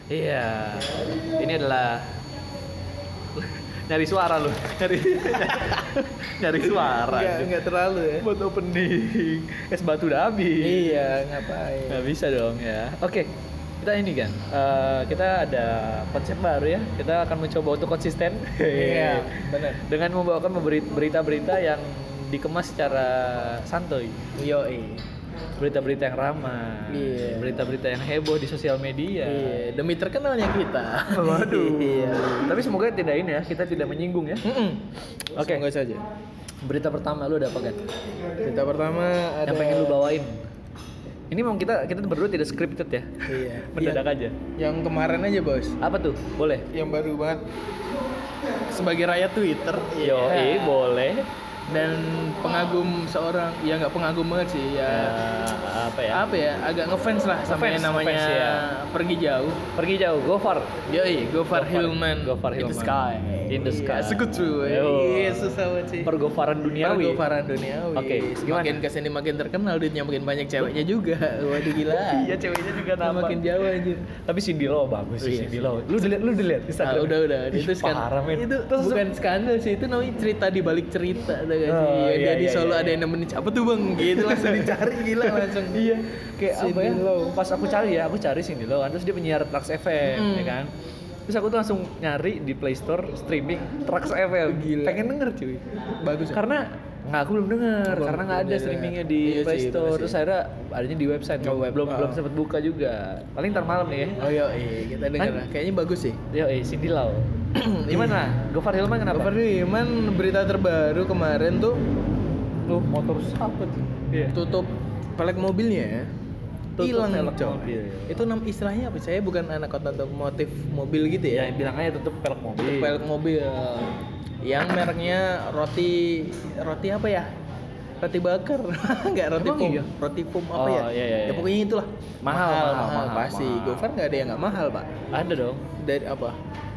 Iya. Ini adalah nyari suara lu. Nyari suara. Enggak terlalu ya. Buat opening. Es batu udah habis. Iya, ngapain? Nggak bisa dong ya. Oke. Kita ini kan, kita ada konsep baru ya. Kita akan mencoba untuk konsisten. Iya, benar. Dengan membawakan berita-berita yang dikemas secara santuy. Yoi. Berita-berita yang ramah. Iya. Berita-berita yang heboh di sosial media. Iya, demi terkenalnya kita. Waduh. Iya. Tapi semoga tidak ini ya, kita tidak menyinggung ya. Oke. Semoga saja. Berita pertama lu ada apa kan? Berita pertama ada Yang pengen lu bawain. Ini memang kita berdua tidak scripted ya. Iya. Mendadak aja. Yang kemarin aja, Bos. Apa tuh? Boleh? Yang baru banget. Sebagai rakyat Twitter. Yoi, boleh. Dan pengagum seorang, ya nggak pengagum banget sih ya. Apa ya? Agak ngefans lah sama yang namanya ngefans, ya. Pergi Jauh. Pergi jauh, Gofar. Yoi, Gofar Hilman. Gofar In the Hilman. sky. In the sky. Sekutu. Yo. Iya, susah banget sih. Pergofaran duniawi. Pergofaran duniawi. Oke, Semakin kesini makin terkenal, duitnya makin banyak, ceweknya juga. Waduh gila. Iya, ceweknya juga nambah. Makin jauh anjir. Tapi Cindy Lau bagus sih, Iya Cindy sih. Lau. Lu udah lihat Instagram? Udah. Ih, Itu parah, men. Itu Terus- bukan skandal sih, itu namanya cerita di balik cerita, ada gak sih? Oh, Dia iya, di iya, Solo iya. ada yang nemenin, apa tuh bang? Gitu langsung dicari, gila langsung. Iya, kayak apa ya? Cindy Lau. Pas aku cari Cindy Lau, terus dia penyiar Trax FM, ya kan? Terus aku tuh langsung nyari di Play Store streaming Trax FM. Gila. Pengen denger cuy. Bagus ya? Karena aku belum denger, Belum karena nggak ada denger. streamingnya di Iya Play sih, Store. bener Terus sih. akhirnya adanya di website. Oh, web. belum sempat buka juga. Paling ntar malam nih ya. Oh iya, kita denger lah. Kayaknya bagus sih. Yo, Cindy Lau. Gimana? Gofar Hilman kenapa? Gofar Hilman berita terbaru kemarin tuh Motor apa tuh? Iya. tutup pelek mobilnya ya. Tutup Hilang pelek coy. mobil. Itu istilahnya apa? Saya bukan anak otomotif mobil gitu Ya, ya. bilang aja tutup pelek mobil. Tutup pelek mobil yang mereknya roti apa ya? Roti bakar. Enggak roti Emang foam. iya? Roti foam apa Oh, ya? iya, iya, Ya iya. pokoknya itulah. Mahal, pasti. mahal. Gofar enggak ada yang enggak mahal, Pak. Ada dong. Dari apa?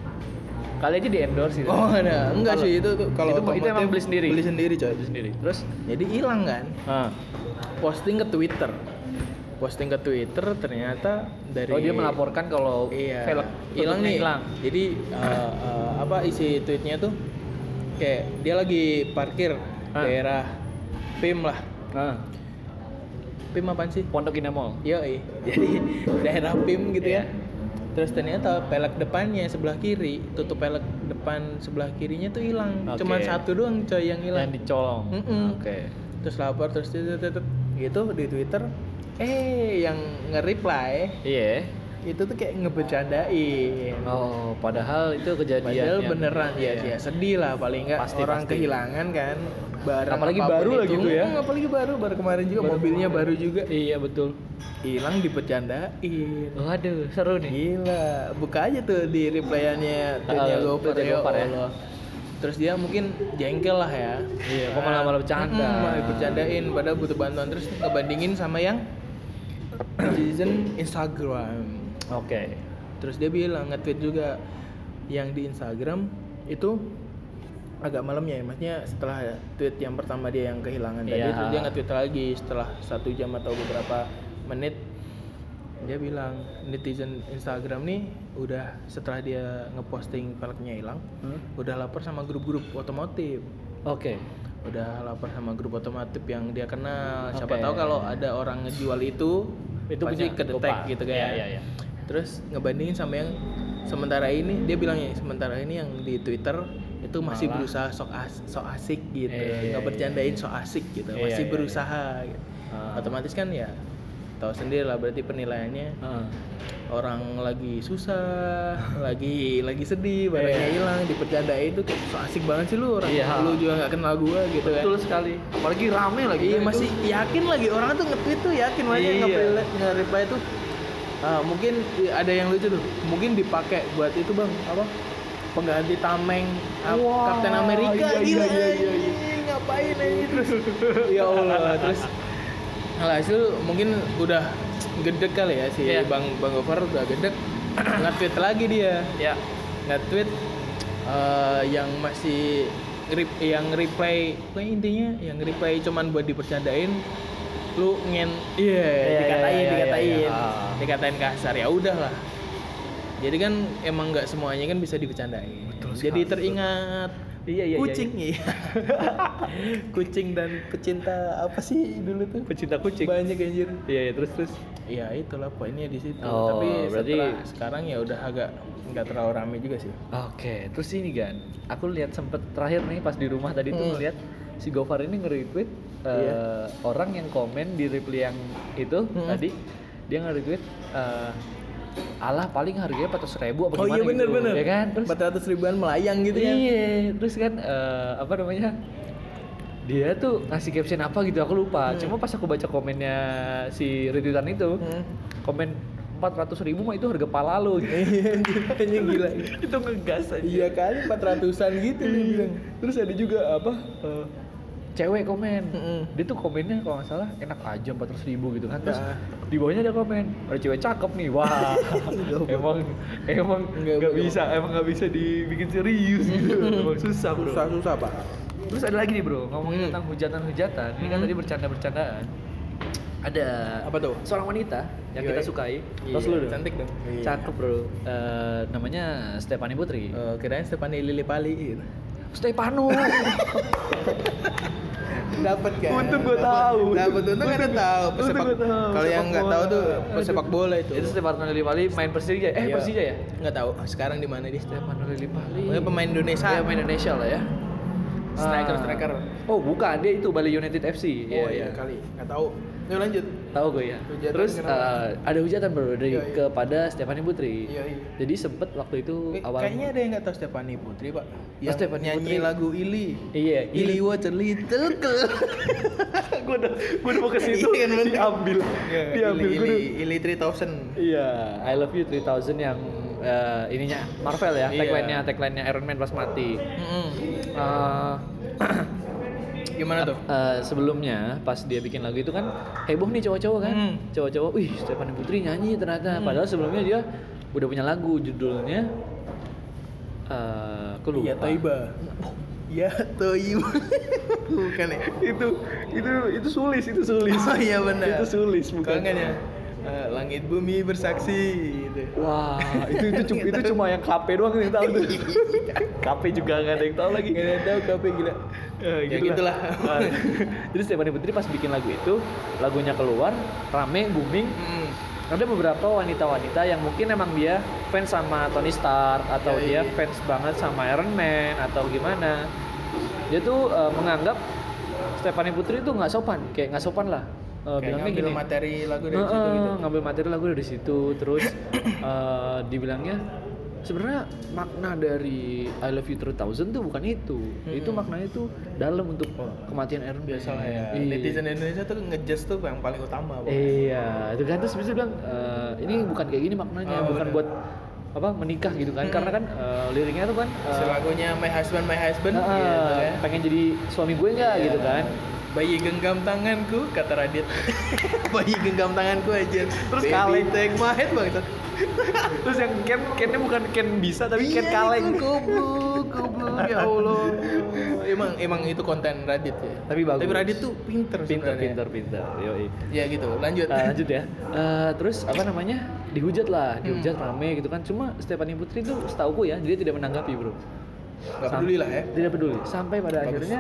Kali aja di endorse gitu. Oh, ada. Enggak sih itu tuh kalau itu emang otomotif beli sendiri. Beli sendiri, coy. Beli sendiri. Terus Jadi hilang kan? ah. Posting ke Twitter ternyata dari Oh, dia melaporkan kalau iya, velg hilang tutupnya nih. hilang. Jadi apa isi tweetnya tuh kayak dia lagi parkir daerah PIM lah. Ah. PIM apaan sih? Pondok Indah Mall. Yoi. Jadi daerah PIM gitu ya. Iya. Terus ternyata pelek depannya sebelah kiri, tutup pelek depan sebelah kirinya tuh hilang. Oke. Cuman satu doang coy yang hilang. Yang dicolong. Mm-mm. Oke. Terus lapor terus gitu di Twitter. Yang nge-reply Iya. itu tuh kayak ngebercandain. Oh, padahal itu kejadian. Padahal yang- beneran iya. ya sedih lah paling nggak Pasti, orang pasti. kehilangan kan barang Apalagi apapun baru lah itu. gitu ya. Apalagi baru kemarin juga mobilnya baru juga Iya, betul. hilang dibercandain. Waduh, seru nih. Gila, buka aja tuh di replyannya tweetnya Gofar tweetnya ya Gofar ya. Allah. Terus dia mungkin jengkel lah ya. Iya, kok malah bercanda. Malah bercandain padahal butuh bantuan terus ngebandingin sama yang netizen Instagram. Oke. Terus dia bilang nge-tweet juga yang di Instagram itu agak malamnya ya, maksudnya setelah tweet yang pertama dia yang kehilangan tadi, Iya. terus dia nge-tweet lagi setelah 1 jam atau beberapa menit. Dia bilang netizen Instagram nih udah setelah dia ngeposting peleknya hilang, udah lapor sama grup-grup otomotif. Oke. Udah lapor sama grup otomotif yang dia kenal. Siapa Oke. tahu kalau ada orang ngejual itu pasti punya kedetek Gopar. gitu kan. Iya. Terus ngebandingin sama yang sementara ini, dia bilangnya sementara ini yang di Twitter itu masih Malah. berusaha sok asik gitu, Iya, nggak bercandain sok asik gitu, Iya, masih iya, berusaha. Gitu. Otomatis kan ya tahu sendiri lah berarti penilaiannya orang lagi susah, lagi sedih, barangnya hilang, dipercandain itu kayak sok asik banget sih lu orang, Iya. lu juga nggak kenal gua gitu kan. Betul sekali. Apalagi rame lagi. Iya kan itu. masih yakin lagi orang tuh nge-tweet tuh yakin banget Iya. nge-reply tuh. Mungkin ada yang lucu tuh. Mungkin dipakai buat itu Bang, apa? Pengganti tameng Wah, Kapten Amerika iya, gila. iya. anjing, ngapain aja terus. Ya Allah, terus hasil mungkin udah gedek kali ya si Iya. Bang Gofar udah gedek. Nge-tweet lagi dia. Ya. Nge-tweet yang masih yang reply pokoknya intinya yang reply cuman buat dipercandain Iya, dikatain iya. dikatain kasar ya udahlah Jadi kan emang nggak semuanya kan bisa dibercandain. Jadi teringat kucing iya. Kucing dan pecinta apa sih dulu tuh? Pecinta kucing. Banyak anjir. Iya, terus. Iya itulah poinnya di situ. Oh, tapi berarti sekarang ya udah agak nggak terlalu rame juga sih. Oke, terus ini kan, aku lihat sempet terakhir nih pas di rumah tadi tuh ngeliat si Gofar ini nge-retweet orang yang komen di reply yang itu tadi, dia nge-retweet alah paling harganya 400.000 apa gimana iya, gitu, bener. ya kan? Terus 400 ribuan melayang gitu ya. Iya, terus kan apa namanya? Dia tuh ngasih caption apa gitu, aku lupa. Cuma pas aku baca komennya si retweetan itu, komen 400.000 mah itu harga pala lo gitu. Iya, gila. Itu ngegas aja. Iya kali 400-an gitu dia bilang. Terus ada juga apa? Cewek komen. Dia tuh komennya kalau nggak salah enak aja 400.000 gitu kan. Terus di bawahnya ada komen, ada cewek cakep nih. Wah. emang nggak bisa dibikin serius gitu. Emang susah, Bro. Susah Pak. Terus ada lagi nih, Bro, ngomongin tentang hujatan-hujatan. Ini kan tadi bercanda-bercandaan. Ada apa tuh? Seorang wanita yang kita sukai. Tos lu dong. Cantik dong. Cakep, Bro. Namanya Stephanie Putri. Kirain Stephanie Lillipali. Stefano. Dapat kan? Untung gue tahu. Untung ada tahu. Kalau yang nggak tahu tuh pesepak bola itu. Itu Stefano Lillipali main Persija. Persija ya? Nggak tahu. Sekarang di mana dia? Stefano Lillipali. Pemain Indonesia. Ya, pemain Indonesia lah ya. Striker. Oh bukan, dia itu Bali United FC. Oh iya kali. Nggak tahu. Yuk lanjut. Tahu gue ya. Hujatan terus ada hujatan, Bro, dari kepada Stephanie Putri. Iya. Jadi sempet waktu itu awal. Kayaknya ada yang nggak tahu Stephanie Putri, Pak. Yang Stephanie nyanyi Putri. lagu Ili. Iya, Ili Water Little Girl. gue udah mau ke situ. Diambil. Ili 3000. Iya, I Love You 3000 yang ininya Marvel ya, tagline-nya Iron Man pas mati. Gimana tuh? Sebelumnya pas dia bikin lagu itu kan heboh nih cowok-cowok kan. Cowok-cowok, wih Stephanie Putri nyanyi ternyata. Padahal sebelumnya dia udah punya lagu judulnya aku lupa. Ya Toiba. Ya Toiba. Bukan ya? Itu sulis. Oh iya benar. Itu sulis bukan. Kangen ya. Langit bumi bersaksi gitu. Wah, itu cuma yang KP doang yang tahu tuh. KP juga nggak ada yang tahu lagi. Nggak ada yang tahu KP gila. Ya gitulah. Jadi Stephanie Putri pas bikin lagu itu, lagunya keluar, rame, booming. Ada beberapa wanita-wanita yang mungkin emang dia fans sama Tony Stark atau dia fans banget sama Iron Man atau gimana. Dia tuh menganggap Stephanie Putri tuh nggak sopan lah. Bilangnya ngambil gini, materi lagu dari situ gitu. Ngambil materi lagu dari situ, terus dibilangnya sebenarnya makna dari I Love You 3000 tuh bukan itu. Itu maknanya tuh dalam untuk kematian Iron Man. Biasalah ya. Netizen Indonesia tuh ngejudge tuh yang paling utama. Iya, itu kan terus bisa bilang ini bukan kayak gini maknanya, bukan buat apa menikah gitu kan, karena kan liriknya tuh kan lagunya My Husband gitu kan. Pengen jadi suami gue nggak gitu kan. Bayi genggam tanganku, kata Radit. Bayi genggam tanganku aja. Terus kaleng. Take my head bang. Terus yang Ken-nya bukan Ken bisa tapi Ken kaleng. Goblok ya Allah. Emang itu konten Radit ya. Tapi bagus. Tapi Radit tuh pinter. Yoi. Ya gitu. Lanjut ya. Terus apa namanya? Dihujat rame gitu kan. Cuma Stephanie Putri tuh setauku ya, dia tidak menanggapi, Bro. Gak peduli lah ya. Tidak peduli. Sampai pada akhirnya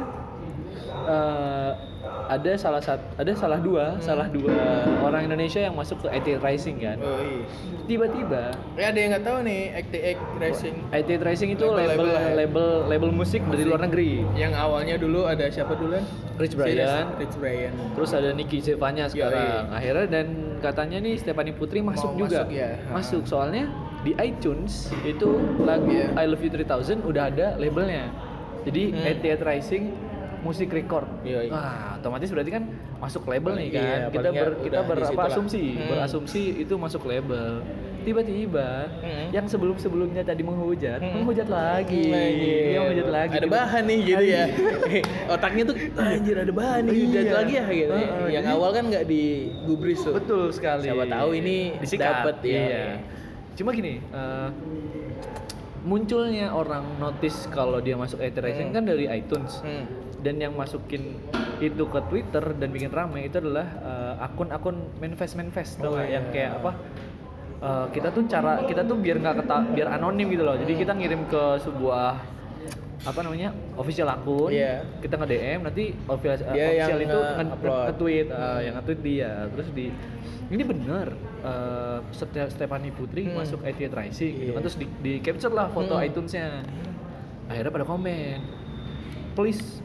ada salah dua orang Indonesia yang masuk ke 88 Rising kan. Oh iya. Tiba-tiba ada yang nggak tahu nih 88 Rising. 88 Rising itu label musik dari luar negeri. Yang awalnya dulu ada siapa duluan? Rich Brian. Terus ada Nicky Zevanya sekarang. Akhirnya dan katanya nih Stephanie Putri masuk juga. Masuk soalnya di iTunes itu lagu I Love You 3000 udah ada labelnya. Jadi 88 Rising Music Record. Wah, otomatis berarti kan masuk label nih kan. Kita berasumsi itu masuk label. Tiba-tiba yang sebelumnya tadi menghujat lagi. Dia menghujat lagi. Ada bahan nih gitu ya. Otaknya tuh anjir ada bahan nih, hujat lagi ya gitu. Yang awal kan enggak digubris tuh. Betul sekali. Siapa tahu ini dapat ya. Iya. Cuma gini, munculnya orang notice kalau dia masuk 88 Rising kan dari iTunes. Dan yang masukin itu ke Twitter dan bikin rame itu adalah akun-akun manifest yang kayak apa kita tuh biar anonim gitu loh. Jadi kita ngirim ke sebuah official akun, kita nge-DM, nanti official itu nge-tweet, yang nge-tweet dia, terus ini bener Stephanie Putri masuk 88 Rising gitu kan, terus di capture lah foto iTunes-nya. Akhirnya pada komen, please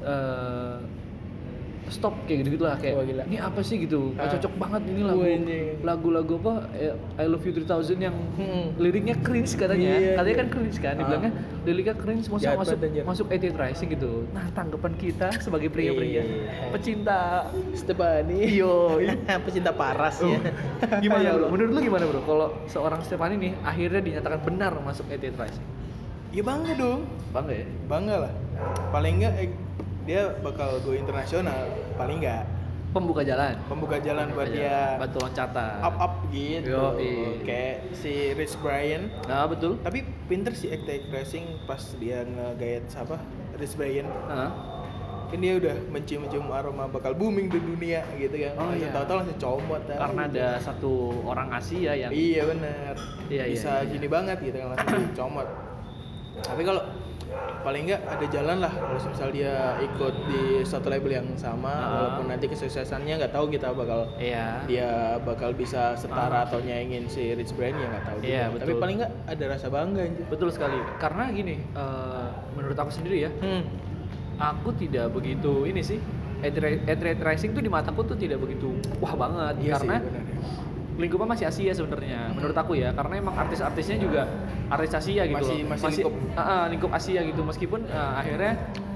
stop kayak gitu lah, kayak ini apa sih gitu, cocok banget ini lagu-lagu apa I Love You 3000 yang liriknya cringe katanya kan cringe kan, dibilangnya liriknya cringe, masuk 88 Rising gitu. Nah, tanggapan kita sebagai pria-pria pecinta Stephanie, pecinta paras ya. Gimana bro? Menurut lu gimana bro? Kalau seorang Stephanie nih akhirnya dinyatakan benar masuk 88 Rising? Ya bangga dong. Bangga ya? Bangga lah. Paling enggak dia bakal go internasional, paling enggak pembuka jalan buat dia batu loncatan up gitu. Kayak si Rich Brian. Nah, betul. Tapi pinter sih 88 Rising pas dia nge-gayet Rich Brian. Kan dia udah mencium aroma bakal booming di dunia gitu kan. Tahu-tahu langsung comot ya. Karena ada satu orang Asia yang benar. Bisa gini banget gitu kan, langsung comot. Tapi kalau paling enggak ada jalan lah kalau misal dia ikut di satu label yang sama, walaupun nanti kesuksesannya nggak tahu kita dia bakal bisa setara atau nyaingin si Rich Brian, ya nggak tahu juga. Tapi paling enggak ada rasa bangga aja. Betul sekali. Karena gini, menurut aku sendiri ya, aku tidak begitu ini sih, 88 Rising tuh di mataku tuh tidak begitu wah banget, karena lingkupnya masih Asia sebenarnya menurut aku ya, karena emang artis-artisnya juga artis Asia gitu, masih lingkup Asia gitu, meskipun akhirnya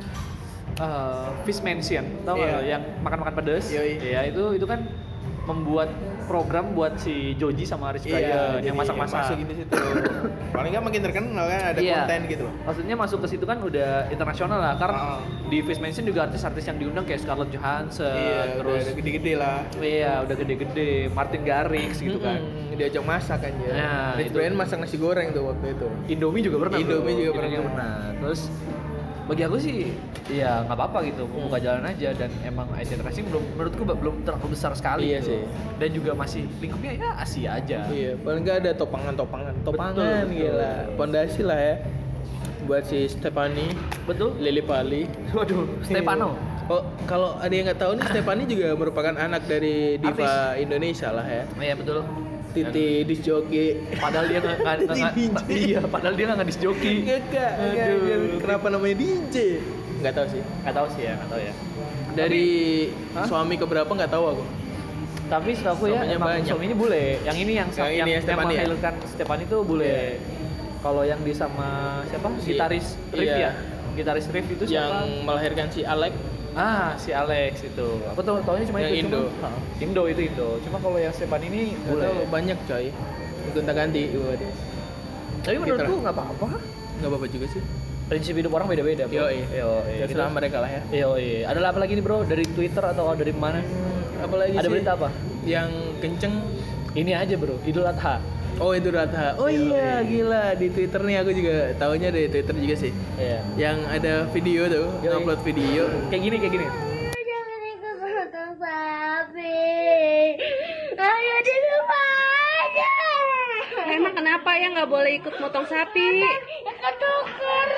Fish Mansion tau nggak lo yang makan pedas ya, itu kan membuat program buat si Joji sama Rich Brian yang masak-masak masuk di situ. Paling nggak makin terkenal kan, ada konten gitu. Maksudnya masuk ke situ kan udah internasional lah, karena di Fish Mansion juga artis-artis yang diundang kayak Scarlett Johansson, terus udah gede-gede lah. Udah gede-gede, Martin Garrix gitu kan. Diajak masak kan ya. Rich Brian masak nasi goreng tuh waktu itu. Indomie juga pernah. pernah. Terus bagi aku sih ya nggak apa-apa gitu, membuka jalan aja, dan emang 88 Rising menurutku belum terlalu besar sekali gitu. Sih. Dan juga masih lingkupnya ya Asia aja. Paling nggak ada topangan betul. Gila, pondasi lah ya buat si Stephanie. Betul. Lily Pali. Waduh, Stefano. Kalau ada yang nggak tahu nih, Stephanie juga merupakan anak dari diva Indonesia lah ya. Iya betul. Titi disc jockey. Padahal dia padahal dia nggak disc jockey. Enggak. Kenapa namanya DJ? Nggak tahu sih ya. Dari suami keberapa nggak tahu aku. Tapi setahu ya emang suaminya bule. Yang ini yang menghilangkan Stephanie itu bule. Kalau yang di sama siapa? Gitaris Riff ya. Gitaris Riff itu siapa? Yang melahirkan si Alex. Si Alex itu. Aku taunya cuma yang itu. Indo. Cuma kalau yang Stephanie ini boleh banyak coy. Gonta-ganti buat. Tapi menurutku enggak apa-apa. Enggak apa-apa juga sih. Prinsip hidup orang beda-beda, bro. Terserah mereka lah ya. Ada apa lagi nih, bro? Dari Twitter atau dari mana? Apalagi ada berita apa? Yang kenceng ini aja, bro. Idul Adha. Idul Adha. Gila, di Twitter nih aku juga taunya dari Twitter juga sih. Yang ada video tuh, upload video kayak gini. Jangan ikut potong sapi. Ayo di rumah aja. Emang kenapa ya nggak boleh ikut motong sapi? Ketuker.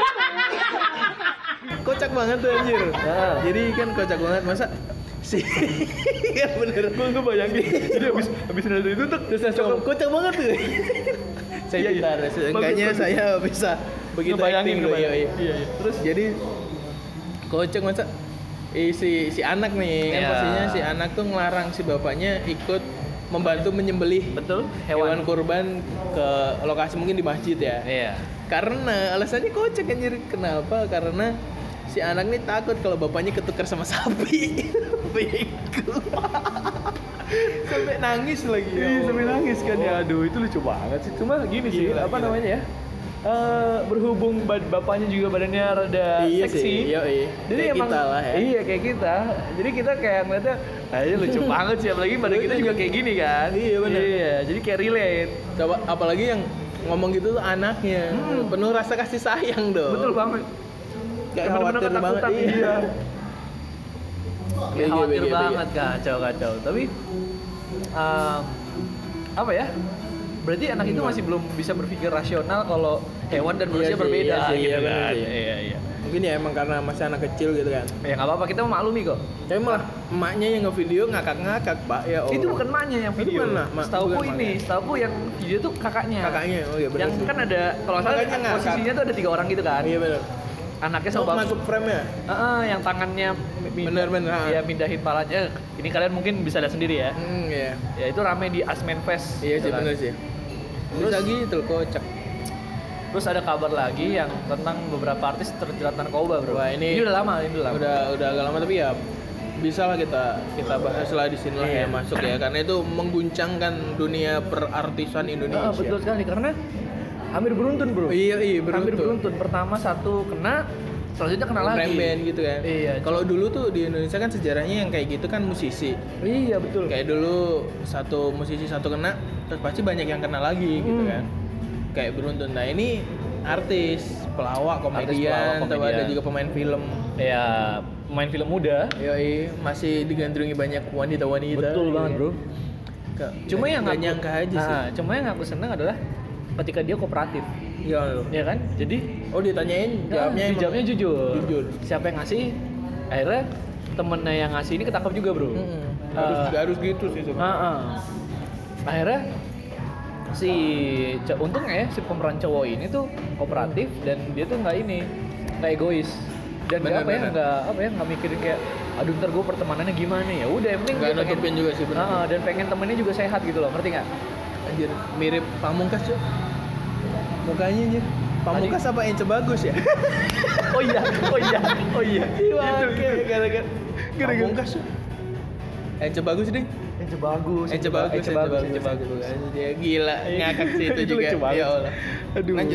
Kocak banget tuh anjir. Jadi kan kocak banget, masa sih kan bener. Gue bayangin. Jadi habis dari itu tuh terus langsung kocak banget tuh. Saya gitar, seenggaknya saya bisa begitu acting loh. Terus jadi kocak masa si anak nih kan pastinya si anak tuh ngelarang si bapaknya ikut membantu menyembelih hewan kurban ke lokasi mungkin di masjid ya. Karena alasannya kocak anjir. Kenapa? Karena si anak nih takut kalau bapaknya ketukar sama sapi. Bego. Sampai nangis lagi. Sampai nangis kan ya. Aduh, itu lucu banget sih. Cuma gini sih, namanya ya? Berhubung bapaknya juga badannya rada seksi. Jadi kayak emang kita lah ya. Iya, kayak kita. Jadi kita kayak ngeliatnya lucu banget sih, apalagi badan kita juga kayak gini kan. Iya benar. Iya, jadi kayak relate. Coba apalagi yang ngomong gitu tuh anaknya. Penuh rasa kasih sayang dong. Betul banget. Kayak khawatir banget. Iya. Khawatir banget, kacau. Tapi apa ya? berarti anak itu masih belum bisa berpikir rasional kalau hewan dan manusia berbeda gitu kan. Iya. Mungkin ya emang karena masih anak kecil gitu kan. Ya nggak apa-apa, kita memaklumi kok. Tapi malah emaknya yang ngevideo ngakak-ngakak, Pak. Ya Allah. Itu bukan emaknya yang video. Setahuku yang video tuh kakaknya. Kakaknya, oh iya benar. Yang kan ada, kalau nggak salah posisinya tuh ada 3 orang gitu kan. Iya benar. Anaknya sama bapak. Masuk frame-nya? Yang tangannya bener. Ya mindahin palanya. Ini kalian mungkin bisa lihat sendiri ya. Iya. Ya itu rame di Asmen Fest. Iya sih, kan. bener sih. Terus lagi itu kocak. Terus ada kabar lagi yang tentang beberapa artis terjerat narkoba, bro. Wah, ini udah lama. Udah agak lama, tapi ya bisa lah kita bahas lah di sini lah ya masuk ya, karena itu mengguncangkan dunia perartisan Indonesia. Betul sekali, karena hampir beruntun, bro. Iya, beruntun. Hampir beruntun. Pertama satu kena, selanjutnya kena lagi. Band gitu kan. Iya. Kalau dulu tuh di Indonesia kan sejarahnya yang kayak gitu kan musisi. Iya, betul. Kayak dulu satu musisi satu kena, terus pasti banyak yang kena lagi gitu kan. Kayak beruntun. Nah ini artis, pelawak, komedian, atau ada juga pemain film. Ya, pemain film muda. Yoi, masih digandrungi banyak wanita-wanita. Betul banget, bro. Cuma yang nggak nyangka aja sih. Cuma yang aku senang adalah ketika dia kooperatif. Iya kan? Jadi ditanyain, jawabnya jujur. Siapa yang ngasih? Akhirnya temennya yang ngasih ini ketangkap juga, bro. Harus gitu sih sebenarnya. Akhirnya untungnya ya si pemeran cowok ini tuh kooperatif dan dia tuh nggak egois dan nggak mikirin kayak aduh ntar gue pertemanannya gimana ya, udah yang penting nggak nutupin juga sih benar. Dan pengen temennya juga sehat gitu loh, ngerti nggak? Anjir, mirip Pamungkas cuy mukanya anjir. Pamungkas apa Ence Bagus ya? oh iya gara-gara Pamungkas cuy. Ence Bagus deh. Ence bagus. Dia gila ngakak sih itu juga. Ya Allah. Aduh. Lanjut.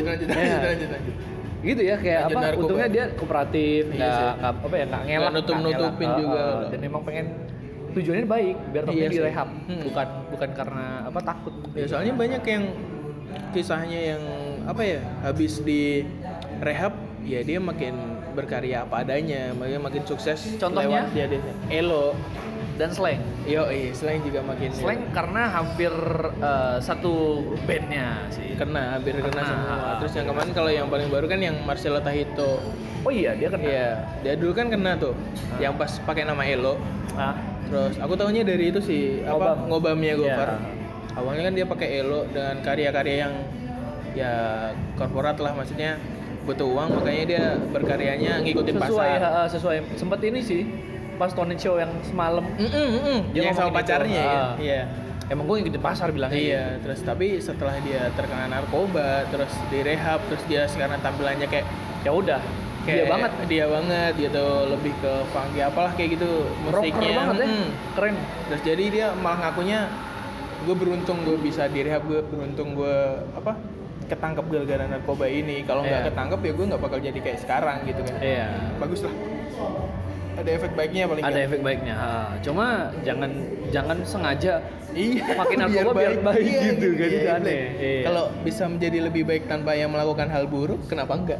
Gitu ya, kayak lanjut apa? Narkoba. Untungnya dia kooperatif, nggak ngelak, nutupin juga. Dan memang pengen tujuannya baik, biar temennya sih. direhab, bukan karena takut. Ya soalnya banyak yang kisahnya yang habis di rehab ya dia makin berkarya apa adanya, makin sukses. Contohnya lewat dia Elo dan Slang. Slang juga makin karena hampir satu bandnya sih hampir kena semua. Terus yang kemarin kalau yang paling baru kan yang Marcelo Tahito. Oh iya, dia kena. Iya, dia dulu kan kena tuh. Yang pas pakai nama Elo. Terus aku tahunya dari itu sih ngobamnya Gofar. Awalnya kan dia pakai Elo dengan karya-karya yang ya korporat lah, maksudnya butuh uang, makanya dia berkaryanya ngikutin pasar. Sesuai sempat ini sih pas Tonight Show yang semalam dia yang sama pacarnya iya. Emang gue ngikutin pasar bilangnya. Iya, terus tapi setelah dia terkena narkoba, terus direhab, terus dia sekarang tampilannya kayak ya udah dia banget gitu, lebih ke funky apalah kayak gitu musiknya. Rocker banget keren. Terus jadi dia malah ngakunya gue beruntung gue bisa direhab, gue beruntung gue ketangkep gara-gara narkoba ini. Kalau nggak ketangkep ya gue nggak bakal jadi kayak sekarang gitu kan. Iya. Bagus lah. Ada efek baiknya paling. Ada efek baiknya. Cuma jangan sengaja pakai narkoba biar baik gitu kan, itu aneh. Kalau bisa menjadi lebih baik tanpa yang melakukan hal buruk, kenapa enggak?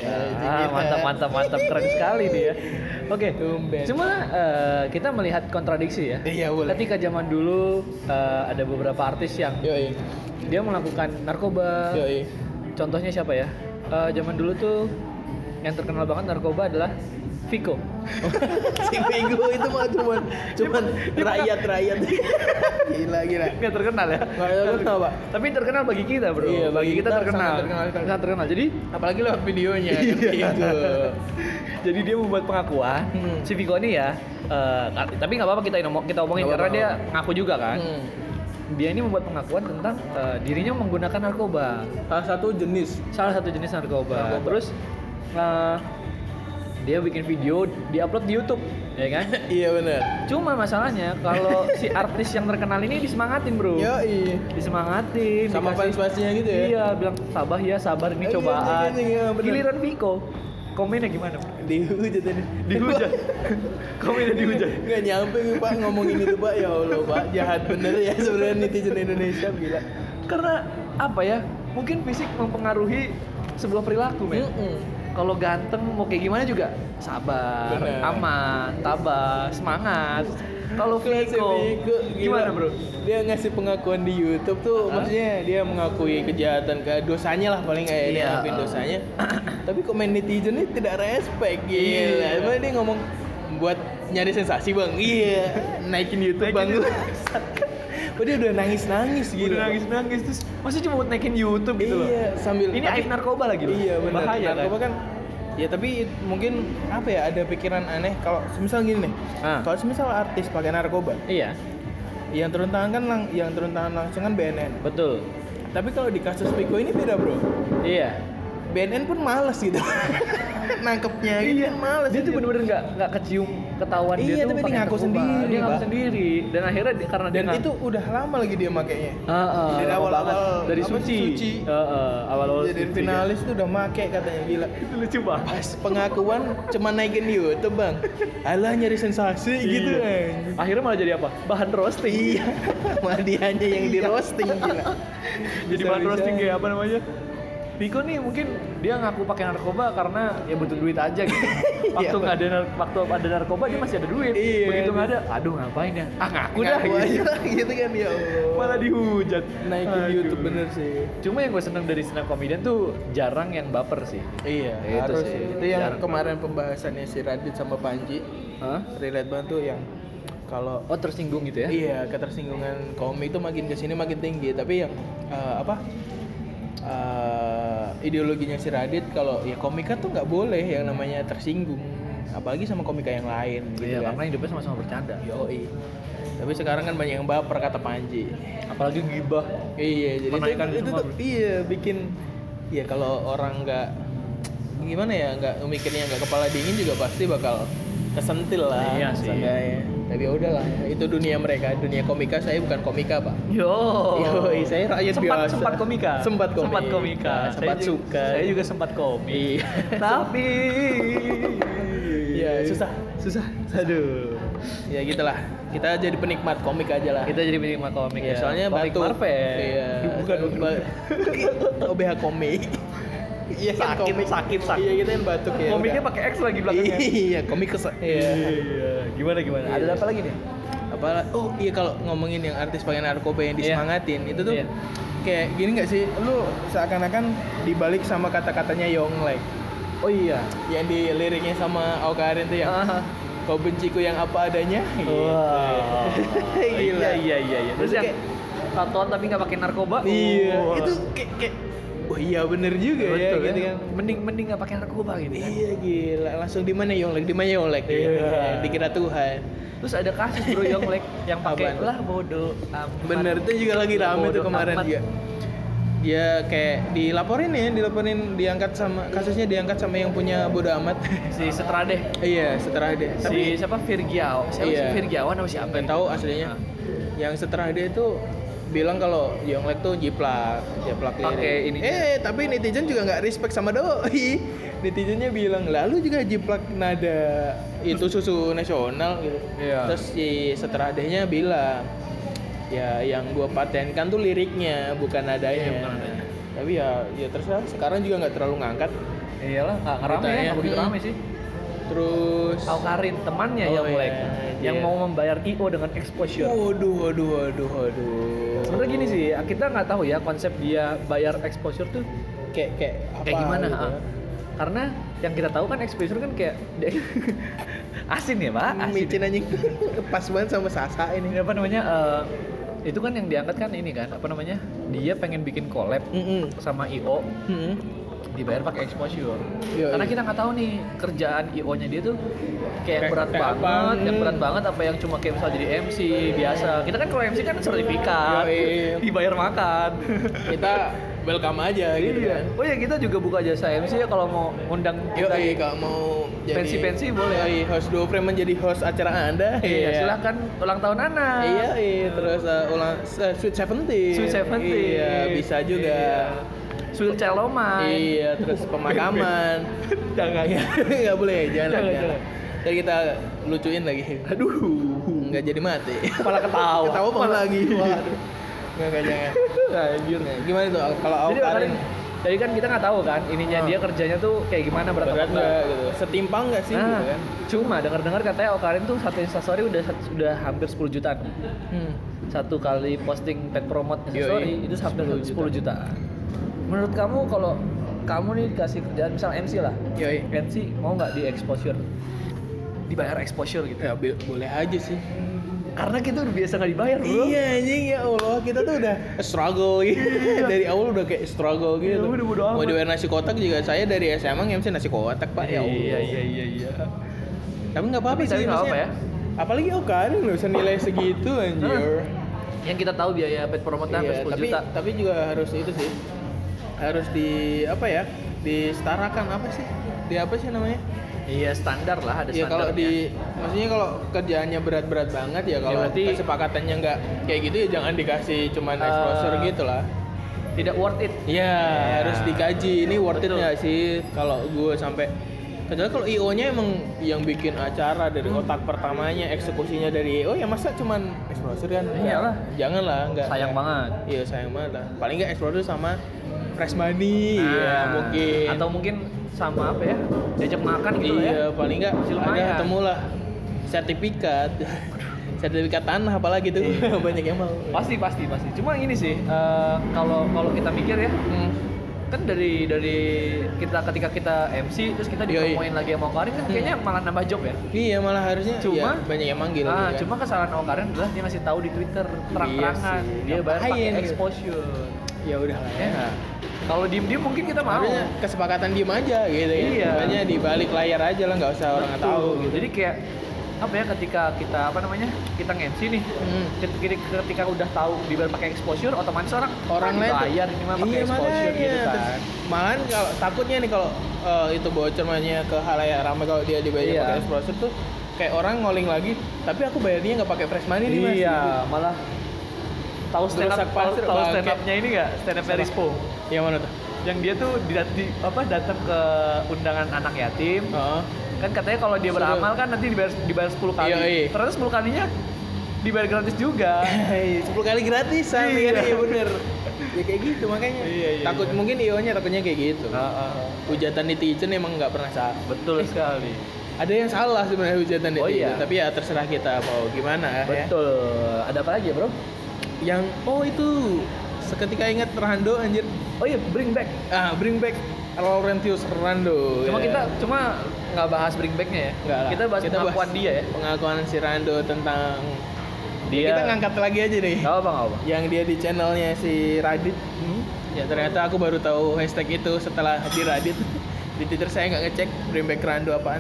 Mantap, keren sekali nih ya. Oke. Cuma kita melihat kontradiksi ya. Iya, boleh. Ketika zaman dulu ada beberapa artis yang dia melakukan narkoba. Contohnya siapa ya? Zaman dulu tuh yang terkenal banget narkoba adalah Vico. Si Vico itu mah cuman rakyat. Gila. Nggak terkenal ya? Nggak terkenal, Pak. Tapi terkenal bagi kita, bro. Iya, bagi kita terkenal. Sangat terkenal. Jadi apalagi lewat videonya gitu. Jadi dia membuat pengakuan si Vico ini ya. Tapi nggak apa-apa kita omongin karena dia ngaku juga kan. Dia ini membuat pengakuan tentang dirinya menggunakan narkoba. Salah satu jenis narkoba. Terus dia bikin video, diupload di YouTube, ya kan? Iya benar. Cuma masalahnya kalau si artis yang terkenal ini disemangatin, bro. Disemangatin. Sama fans-fansnya gitu ya? Iya, bilang sabar ini cobaan. Giliran Vico, komennya gimana? Dihujat. Komennya dihujat. Nggak nyampe Pak ngomongin itu Pak, ya Allah Pak, jahat bener ya sebenarnya netizen Indonesia, gila. Karena apa ya? Mungkin fisik mempengaruhi sebuah perilaku, men. Kalau ganteng mau kayak gimana juga sabar, aman, tabah, semangat. Kalau Viko gimana bro? Dia ngasih pengakuan di YouTube tuh, maksudnya dia mengakui kejahatan, dosanya lah paling kayak dia ngakuin dosanya. Tapi komen netizen ini tidak respect, gila. Emang dia ngomong buat nyari sensasi bang, naikin YouTube bang. Oh dia udah nangis gitu. Udah nangis terus masih cuma buat naikin YouTube gitu loh. Iya, sambil ini aib narkoba lagi loh. Iya benar. Bahaya Narkoba kan. Ya tapi mungkin apa ya, ada pikiran aneh kalau semisal gini nih. Kalau semisal artis pakai narkoba. Iya. Yang turun tangan langsung kan BNN. Betul. Tapi kalau di kasus Viko ini beda, bro. Iya. BNN pun males gitu. Nangkepnya gitu kan males. Dia tuh bener-bener enggak kecium ketahuan dia tuh. Tapi dia ngaku narkoba. sendiri. Dia ngaku sendiri dan akhirnya karena dan itu udah lama lagi dia makainya. Dari awal-awal dari Suci. Awal-awal jadi finalis tuh udah make katanya, gila. Itu lucu banget. Pas pengakuan cuma naikin YouTube, Bang. Alah nyari sensasi gitu. Akhirnya malah jadi apa? Bahan roasting. Iya. Malah dianya yang di roasting, gila. Jadi bahan roasting kayak apa namanya? Viko nih mungkin dia ngaku pakai narkoba karena ya butuh duit aja gitu. Waktu ada narkoba dia masih ada duit. Begitu nggak ada, aduh ngapain ya? Ngaku dah gitu kan ya Allah. Malah dihujat. Naikin YouTube bener sih. Cuma yang gue seneng dari stand up comedian tuh jarang yang baper sih. Iya. Itu sih. Itu yang kemarin pembahasannya si Radit sama Panji. Relate banget tuh yang kalau tersinggung gitu ya? Iya, ketersinggungan komik itu makin kesini makin tinggi. Tapi yang ideologinya si Radit kalau ya komika tuh nggak boleh yang namanya tersinggung, apalagi sama komika yang lain gitu. Iya, kan. karena hidupnya sama-sama bercanda. Yoi. Tapi sekarang kan banyak yang baper kata Panji. Apalagi gibah. Iya, jadi itu tuh bikin ya kalau orang nggak gimana ya, nggak mikirnya nggak kepala dingin juga pasti bakal kesentil lah. Iya sih. Tapi ya udahlah, itu dunia mereka, dunia komika. Saya bukan komika, Pak. Yoi, saya rakyat biasa. Sempat komika. Sempat suka. Saya juga sempat komik. Tapi ya susah. Aduh. Ya gitulah. Kita jadi penikmat komik aja lah. Kita jadi penikmat komik ya. Soalnya komik batuk. Marvel. Iya. Bukan. OBH komik. Iya kan sakit. Iya kita kan batuk ya. Komiknya pakai X lagi belakangnya. Iya, komik Iya. Gimana? Ada apa lagi nih? Oh iya, kalau ngomongin yang artis pakai narkoba yang disemangatin itu tuh kayak gini nggak sih? Lu seakan-akan dibalik sama kata-katanya Yonglek. Oh iya. Yang di liriknya sama Awkarin tuh yang kau benciku yang apa adanya. Wah. Gila. Iya. Terus yang tatoan tapi nggak pakai narkoba. Iya. Itu kayak oh iya bener juga. Betul, ya gitu kan. Mending nggak pakai narkoba gitu kan. Iya gila, langsung di mana Yonglek? Iya. Dikira Tuhan. Terus ada kasus bro Yonglek yang pakai lah bodoh amat. Bener, itu juga lagi rame tuh kemarin juga. Dia kayak diangkat sama kasusnya sama yang punya bodo amat. Si Setrade. Iya, Setrade. Si siapa Virgiawan? Virgiawan apa siapa? Nggak tahu aslinya. Yang Setrade itu bilang kalau Yonglek tuh jiplak lirik. Ini. Tapi netizen juga nggak respect sama doi. Netizennya bilang, lalu juga jiplak nada itu susu nasional gitu. Iya. Terus si Setradenya bilang, ya yang gua patenkan tuh liriknya bukan nadanya. Tapi ya terserah. Sekarang juga nggak terlalu ngangkat. Iyalah, nggak rame ya, nggak begitu rame sih. Terus Awkarin temannya Yonglek yang mau membayar IO dengan exposure. Waduh. Sebenarnya gini sih, kita nggak tahu ya konsep dia bayar exposure tuh kayak apa gimana gitu. Karena yang kita tahu kan exposure kan kayak asin ya Pak, micin anjing. Pas banget sama Sasa ini. Apa namanya? Itu kan yang diangkat kan ini kan, apa namanya? Dia pengen bikin collab sama IO. Dibayar pakai exposure. Karena kita nggak tahu nih kerjaan IO-nya dia tuh kayak berat banget apa yang cuma kayak misal jadi MC biasa. Kita kan kalau MC kan sertifikat, dibayar makan. Kita welcome aja gitu kan. Oh ya, kita juga buka jasa MC ya kalau mau undang kita. Kalau mau jadi pensi boleh. Host do frame menjadi host acara Anda. Iya, silakan ulang tahun anak. Iya, terus ulang Sweet 70. Iya, bisa juga. Sweet Celoma. Iya, terus pemakaman. Jangan. Enggak boleh, jangan. Jadi kita lucuin lagi. Aduh, enggak jadi mati. Malah ketawa lagi. Waduh. Enggak jangan. Anjir. Gimana tuh kalau Awkarin Jadi kan kita nggak tahu kan ininya dia kerjanya tuh kayak gimana, berat nggak enggak gitu, setimpang nggak sih gitu kan. Cuma dengar katanya Okarin tuh satu instastory udah hampir 10 jutaan. Satu kali posting pet promote instastory itu hampir 10 jutaan. Menurut kamu kalau kamu nih dikasih kerjaan misal MC lah, MC mau nggak di exposure, dibayar exposure gitu? Ya boleh aja sih. Karena kita udah biasa nggak dibayar, bro. Iya anjing, ya Allah, kita tuh udah struggle gitu. Dari awal udah kayak struggle gitu. Udah bodo amat. Mau dibayar nasi kotak juga, saya dari SMA MC nasi kotak, Pak. Ya Allah. Iya. Tapi nggak apa-apa sih, Tapi nggak apa maksudnya. ya. Apalagi kan nggak usah nilai segitu anjir. Yang kita tahu biaya pet promote-nya hampir 10 juta. Tapi juga harus itu sih. Harus di apa ya? Disetarakan apa sih? Di apa sih namanya? Iya, standar lah, ada ya standarnya. kalau maksudnya kalau kerjaannya berat-berat banget ya, kalau berarti kesepakatannya nggak kayak gitu ya jangan dikasih cuman exposure gitu lah. Tidak worth it. Iya, harus dikaji ini worth it nggak sih kalau gue sampai. Kecuali kalau IO-nya emang yang bikin acara dari otak pertamanya, eksekusinya dari IO ya masa cuman exposure kan? Iyalah. Janganlah, nggak. Sayang banget. Iya sayang banget lah. Paling nggak exposure sama fresh money ya mungkin. Atau mungkin sama apa ya, diajak makan gitu lah ya. Iya, paling nggak ada ketemu lah sertifikat tanah apalagi tuh. Banyak yang mau. Pasti. Cuma ini sih, kalau kita mikir ya, kan dari kita ketika kita MC terus kita dipromoin lagi sama Okarin kan kayaknya malah nambah job ya. Iya, malah harusnya cuma banyak yang manggil. Kan? Cuma kesalahan Okarin adalah dia ngasih tahu di Twitter terang-terangan dia bayar pakai exposure. Ya udah lah ya. Kalau diem mungkin kita mau. Harusnya kesepakatan diem aja gitu ya. Iya. Makanya di balik layar aja lah, nggak usah orang tahu gitu. Jadi kayak apa ya, ketika kita kita nge-MC nih, ketika udah tahu dibayar pakai exposure, otomatis orang lain bayar ini mah pakai exposure gitu kan. Malahan kalau takutnya nih kalau itu bocor namanya ke halayak ramai kalau dia dibayar pakai exposure tuh kayak orang ngoling lagi, tapi aku bayarnya nggak pakai fresh money nih Mas. Iya, malah tahu stand up-nya ini nggak? Stand up Rispo. Yang mana tuh? Yang dia tuh datang ke undangan anak yatim. Kan katanya kalau dia beramal kan nanti dibayar 10 kali. Ternyata 10 kalinya dibayar gratis juga. 10 kali gratisan. Iya bener. Ya kayak gitu makanya. Takut mungkin IO-nya takutnya kayak gitu. Hujatan netizen emang nggak pernah salah. Betul sekali. Ada yang salah sebenarnya hujatan netizen. Tapi ya terserah kita mau gimana. Betul. Ya. Ada apa lagi ya bro? Yang itu seketika ingat Rando anjir. Oh iya, bring back Laurentius Rando. Cuma nggak bahas bring back-nya ya. Nggak lah. Kita bahas pengakuan dia ya. Pengakuan si Rando tentang dia. Kita ngangkat lagi aja deh. Nggak apa. Yang dia di channelnya si Radit. Ya ternyata aku baru tahu hashtag itu setelah di Radit. Di Twitter saya nggak ngecek bring back Rando apaan.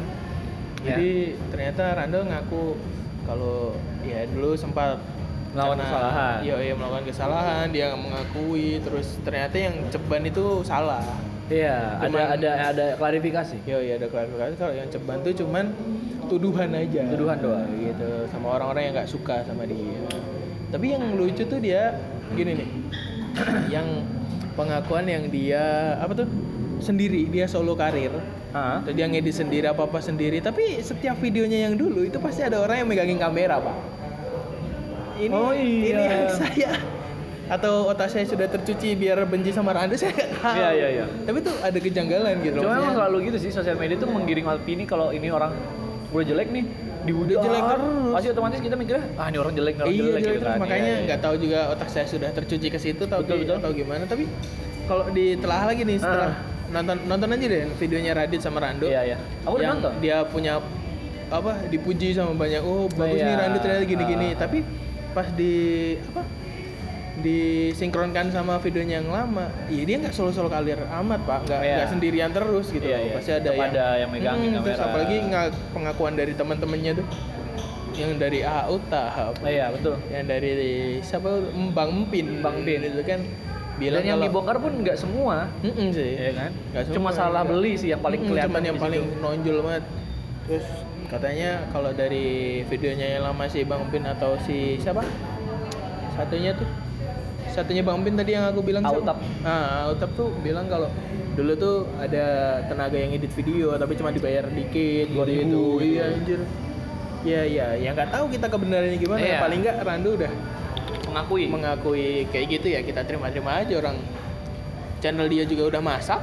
Jadi ternyata Rando ngaku kalau ya dulu sempat melakukan kesalahan. Iya melakukan kesalahan, dia mengakui, terus ternyata yang ceban itu salah. Iya, ada klarifikasi. Iya ada klarifikasi kalau yang ceban tuh cuman tuduhan aja. Tuduhan doang gitu sama orang-orang yang nggak suka sama dia. Tapi yang lucu tuh dia gini nih. Yang pengakuan yang dia apa tuh? Sendiri, dia solo karir. Dia ngedit sendiri apa-apa sendiri, tapi setiap videonya yang dulu itu pasti ada orang yang megangin kamera, Pak. Ini yang saya atau otak saya sudah tercuci biar benci sama Rando, saya nggak tahu. Iya. Tapi tuh ada kejanggalan gitu. Cuma emang selalu gitu sih, sosial media tuh menggiring opini kalau ini orang udah jelek nih, dihujat jelek terus. Pasti otomatis kita mikirnya ini orang jelek gitu kan. Makanya nggak tahu juga otak saya sudah tercuci ke situ atau gimana. Tapi kalau ditelaah lagi nih setelah nonton aja deh videonya Radit sama Rando. Iya. Aku udah nonton. Dia punya dipuji sama banyak. Oh bagus nih Rando ternyata gini-gini. Tapi pas disinkronkan sama videonya yang lama, dia nggak solo karir amat Pak, nggak sendirian terus gitu. Pasti ada yang megangin kamera. Terus apalagi pengakuan dari teman-temannya tuh, yang dari AHU Tahap. Iya betul. Yang dari siapa? Bang Mpin itu kan bilang. Dan yang dibongkar pun nggak semua. Sih. Iya kan? Semua, Cuma salah beli sih yang paling kelihatan. Cuman yang paling nonjol banget. Terus katanya kalau dari videonya yang lama si Bang Mpin atau si siapa? Satunya Bang Mpin tadi yang aku bilang Autap. Autap tuh bilang kalau dulu tuh ada tenaga yang edit video tapi cuma dibayar dikit gitu. Iya anjir. Ya nggak tahu kita kebenarannya gimana. Paling nggak Rando udah mengakui kayak gitu ya, kita terima aja orang. channel dia juga udah masak.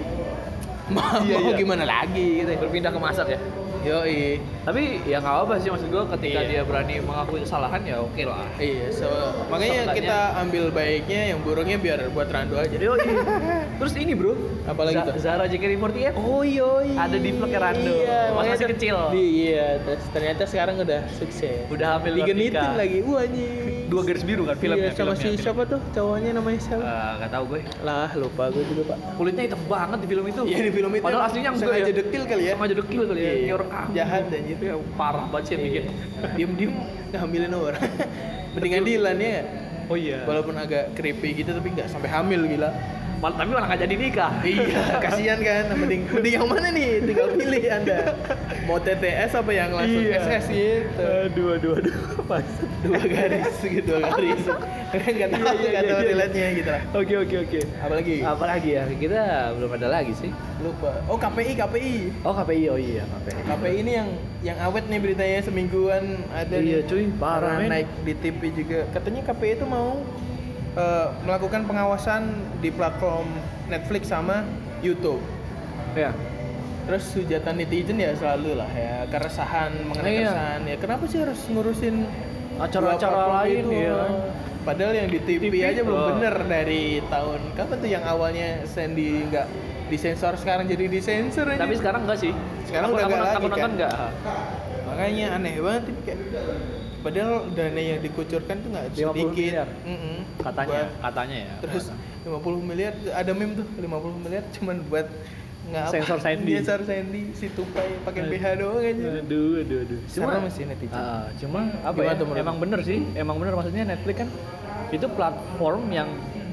Mau gimana lagi gitu. Berpindah ke masak ya. Yoi. Tapi ya nggak apa sih, maksud gue ketika dia berani mengakui kesalahan ya oke lah. Iya, makanya kita ambil baiknya, yang buruknya biar buat Rando aja. Terus ini bro, apalagi tuh? Zara JKT48. Oh iya. Ada di vlognya Rando. Iya, masih kecil. Iya, ternyata sekarang udah sukses. Udah hamil digenitin lagi. Anjing. 2 garis biru kan filmnya. Iya, sama si siapa tuh cowoknya namanya siapa? Nggak tahu gue. Lah, lupa gue juga, Pak. Kulitnya hitam banget di film itu. Iya, di film itu. Padahal aslinya enggak ya. Sengaja dekil kali ya. Sengaja dekil kali ya. Kayak orang kampung. Jahat dan gitu. Ya, parah banget sih yang bikin. Diem-diem ngehamilin orang. Mendingan Dilan ya. Oh iya. Walaupun agak creepy gitu tapi nggak sampai hamil gila. Tapi malah nggak jadi nikah. Iya, kasihan kan. Mending yang mana nih? Tinggal pilih Anda. Mau TTS apa yang langsung SS gitu. Aduh. Pas. 2 garis gitu, 2 garis. Kan nggak tahu kata relate-nya gitu lah. Oke. Apalagi ya? Kita belum ada lagi sih. Lupa. Oh, KPI. Oh KPI, oh iya KPI. KPI ini yang awet nih beritanya semingguan ada. Iya cuy, parah men. Naik di TV juga. Katanya KPI itu mau melakukan pengawasan di platform Netflix sama YouTube. Ya. Terus hujatan netizen ya selalu lah ya, keresahan mengenai keresahan ya. Kenapa sih harus ngurusin acara-acara lain itu? Ya? Padahal yang di TV aja belum bener dari tahun kapan tuh yang awalnya Sandy nggak disensor, sekarang jadi disensor aja. Tapi sekarang enggak sih. Sekarang udah nggak lagi aku nonton kan? enggak. Makanya aneh banget ini kayak. Padahal dana yang dikucurkan tuh nggak sedikit. Miliar. Katanya ya. Terus 50 miliar ada meme tuh 50 miliar cuman buat sensor Sandy. Sensor Sandy si tupai pakai BH doang aja. Aduh. Cuma masih netizen. Cuma apa ya? Emang bener sih. Emang bener maksudnya Netflix kan itu platform yang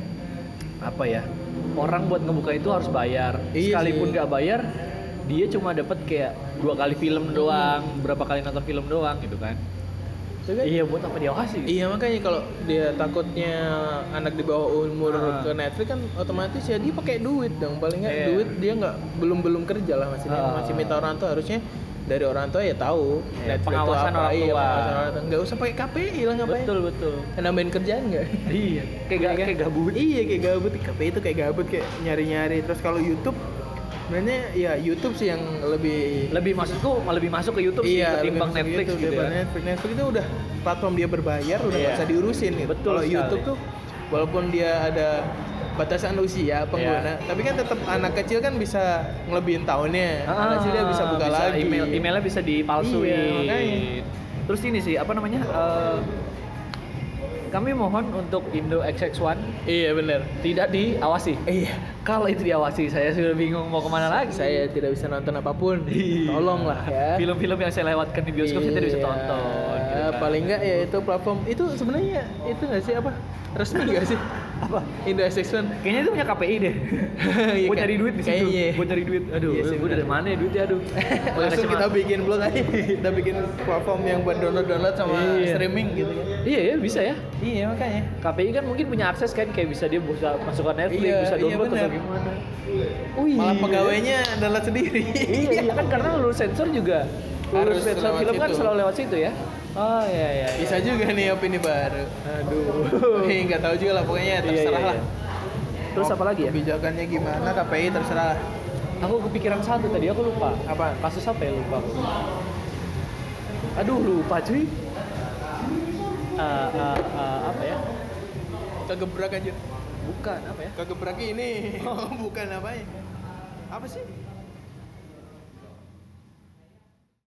apa ya? Orang buat ngebuka itu harus bayar. Sekalipun nggak bayar, dia cuma dapat kayak 2 kali film doang, berapa kali nonton film doang gitu kan. Iya, buat apa diawasi gitu? Iya, makanya kalau dia takutnya anak di bawah umur ke Netflix kan otomatis ya dia pakai duit dong. Paling nggak duit dia nggak belum kerja lah masih minta orang tua, harusnya dari orang tua ya tahu Netflix pengawasan itu apa. orang tua. Pengawasan orang tua. Nggak usah pakai KPI lah, ngapain? Betul. Nambahin kerjaan nggak? Iya, kayak gabut. Iya, kayak gabut. KPI itu kayak gabut, kayak nyari-nyari. Terus kalau YouTube sebenarnya ya YouTube sih yang lebih masuk ke YouTube sih ketimbang Netflix gitu ya. Netflix itu udah platform dia berbayar, udah nggak usah diurusin gitu. Kalau YouTube tuh walaupun dia ada batasan usia pengguna, tapi kan tetap anak kecil kan bisa ngelebihin tahunnya. Anak kecil dia bisa buka lagi. Emailnya bisa dipalsuin. Iya, terus ini sih apa namanya? Kami mohon untuk Indo XX1. Iya benar. Tidak diawasi. Iya. Kalau itu diawasi, saya sudah bingung mau kemana lagi. Saya tidak bisa nonton apapun. Tolonglah ya. Film-film yang saya lewatkan di bioskop saya tidak bisa tonton. Gitu kan. Paling enggak ya itu platform itu sebenarnya itu nggak sih apa resmi nggak sih? Apa? Indo XX1. Kayaknya itu punya KPI deh. Buat nyari duit di situ. Kayaknya. Buat nyari duit. Aduh, iya sih, gue dari mana ya duitnya aduh. Langsung kita bikin blog aja. Kita bikin platform yang buat download sama streaming gitu kan. Iya ya, bisa ya. Iya makanya. KPI kan mungkin punya akses kan, kayak bisa dia bisa masukkan Netflix, bisa download atau gimana. Malah pegawainya download sendiri. Iya kan karena lulus sensor juga. Lulus sensor film kan selalu lewat situ ya. Oh iya. Bisa juga nih opini baru. Aduh. Nggak tahu juga lah, pokoknya terserah lah. Terus apa lagi ya? Kebijakannya gimana KPI terserah. Aku kepikiran satu tadi, aku lupa. Apa? Kasus apa ya lupa. Aduh lupa cuy. Apa ya? Kegebrak aja. Bukan apa ya? Kegebrak ini. Bukan apa ya? Apa sih?